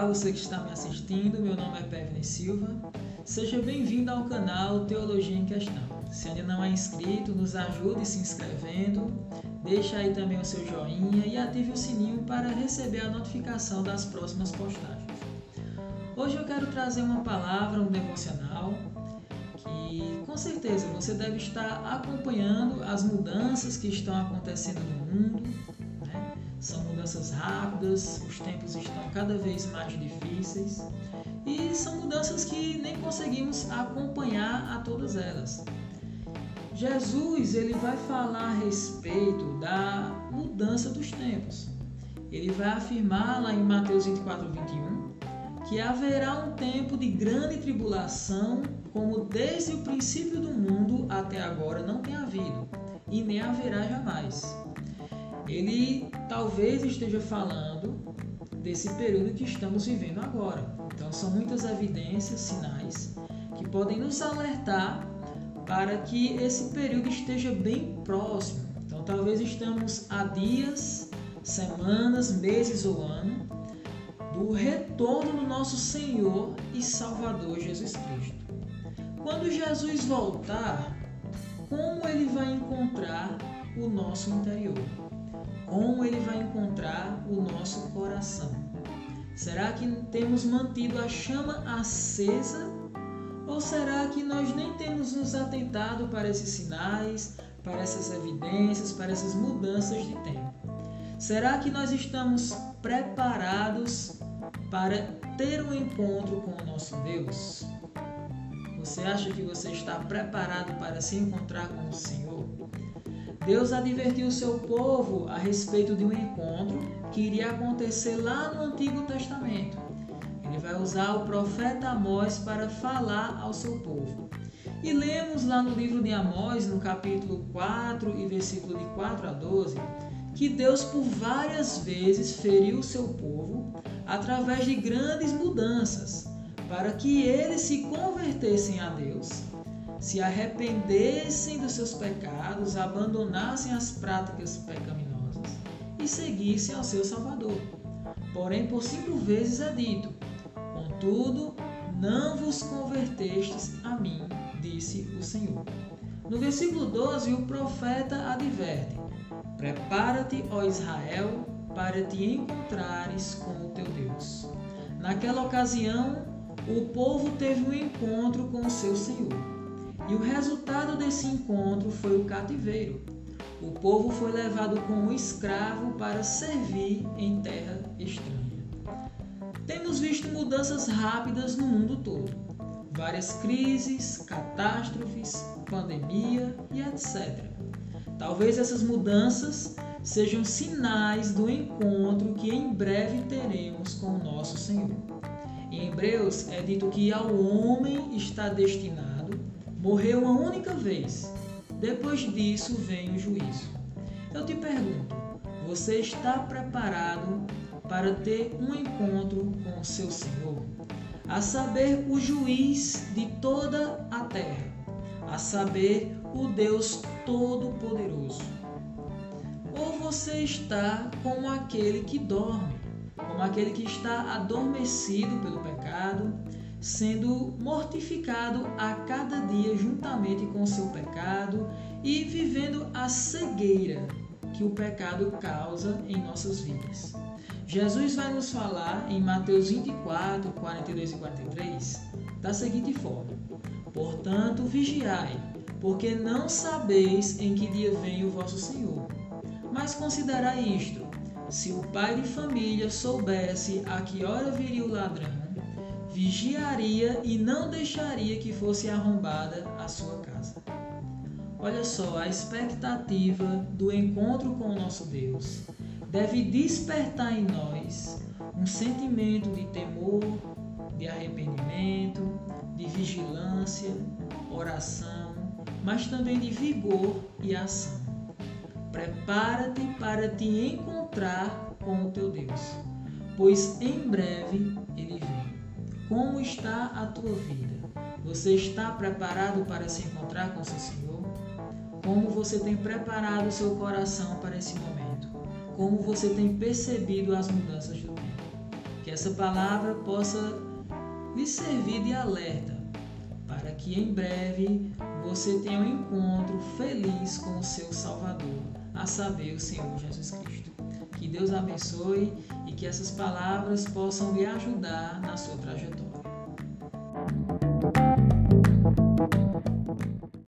você que está me assistindo, meu nome é Pevney Silva. Seja bem-vindo ao canal Teologia em Questão. Se ainda não é inscrito, nos ajude se inscrevendo, deixe aí também o seu joinha e ative o sininho para receber a notificação das próximas postagens. Hoje eu quero trazer uma palavra, um devocional, que com certeza você deve estar acompanhando as mudanças que estão acontecendo no mundo, né? São mudanças rápidas, os tempos estão cada vez mais difíceis e são mudanças que nem conseguimos acompanhar a todas elas. Jesus ele vai falar a respeito da mudança dos tempos. Ele vai afirmar lá em Mateus 24:21 que haverá um tempo de grande tribulação, como desde o princípio do mundo até agora não tem havido, e nem haverá jamais. Ele talvez esteja falando desse período que estamos vivendo agora. Então são muitas evidências, sinais, que podem nos alertar para que esse período esteja bem próximo. Então talvez estamos a dias, semanas, meses ou ano do retorno do nosso Senhor e Salvador Jesus Cristo. Quando Jesus voltar, como ele vai encontrar o nosso interior? Como ele vai encontrar o nosso coração? Será que temos mantido a chama acesa? Ou será que nós nem temos nos atentado para esses sinais, para essas evidências, para essas mudanças de tempo? Será que nós estamos preparados para ter um encontro com o nosso Deus? Você acha que você está preparado para se encontrar com o Senhor? Deus advertiu o seu povo a respeito de um encontro que iria acontecer lá no Antigo Testamento. Ele vai usar o profeta Amós para falar ao seu povo. E lemos lá no livro de Amós, no capítulo 4 e versículo de 4 a 12, que Deus por várias vezes feriu o seu povo através de grandes mudanças, para que eles se convertessem a Deus, se arrependessem dos seus pecados, abandonassem as práticas pecaminosas e seguissem ao seu Salvador. Porém, por 5 vezes é dito: contudo, não vos convertestes a mim, disse o Senhor. No versículo 12, o profeta adverte: prepara-te, ó Israel, para te encontrares com o teu Deus. Naquela ocasião, o povo teve um encontro com o seu Senhor. E o resultado desse encontro foi o cativeiro. O povo foi levado como escravo para servir em terra estranha. Temos visto mudanças rápidas no mundo todo. Várias crises, catástrofes, pandemia e etc. Talvez essas mudanças sejam sinais do encontro que em breve teremos com o nosso Senhor. Em Hebreus é dito que ao homem está destinado morrer uma única vez. Depois disso vem o juízo. Eu te pergunto, você está preparado para ter um encontro com o seu Senhor? A saber, o juiz de toda a terra, a saber, o Deus Todo-Poderoso. Ou você está como aquele que dorme, como aquele que está adormecido pelo pecado, sendo mortificado a cada dia juntamente com o seu pecado e vivendo a cegueira que o pecado causa em nossas vidas. Jesus vai nos falar em Mateus 24, 42 e 43 da seguinte forma: portanto, vigiai, porque não sabeis em que dia vem o vosso Senhor. Mas considerai isto: se o pai de família soubesse a que hora viria o ladrão, vigiaria e não deixaria que fosse arrombada a sua casa. Olha só, a expectativa do encontro com o nosso Deus deve despertar em nós um sentimento de temor, de arrependimento, de vigilância, oração, mas também de vigor e ação. Prepara-te para te encontrar com o teu Deus, pois em breve Ele vem. Como está a tua vida? Você está preparado para se encontrar com seu Senhor? Como você tem preparado o seu coração para esse momento? Como você tem percebido as mudanças do tempo? Que essa palavra possa lhe servir de alerta, para que em breve você tenha um encontro feliz com o seu Salvador, a saber, o Senhor Jesus Cristo. Que Deus abençoe e que essas palavras possam lhe ajudar na sua trajetória.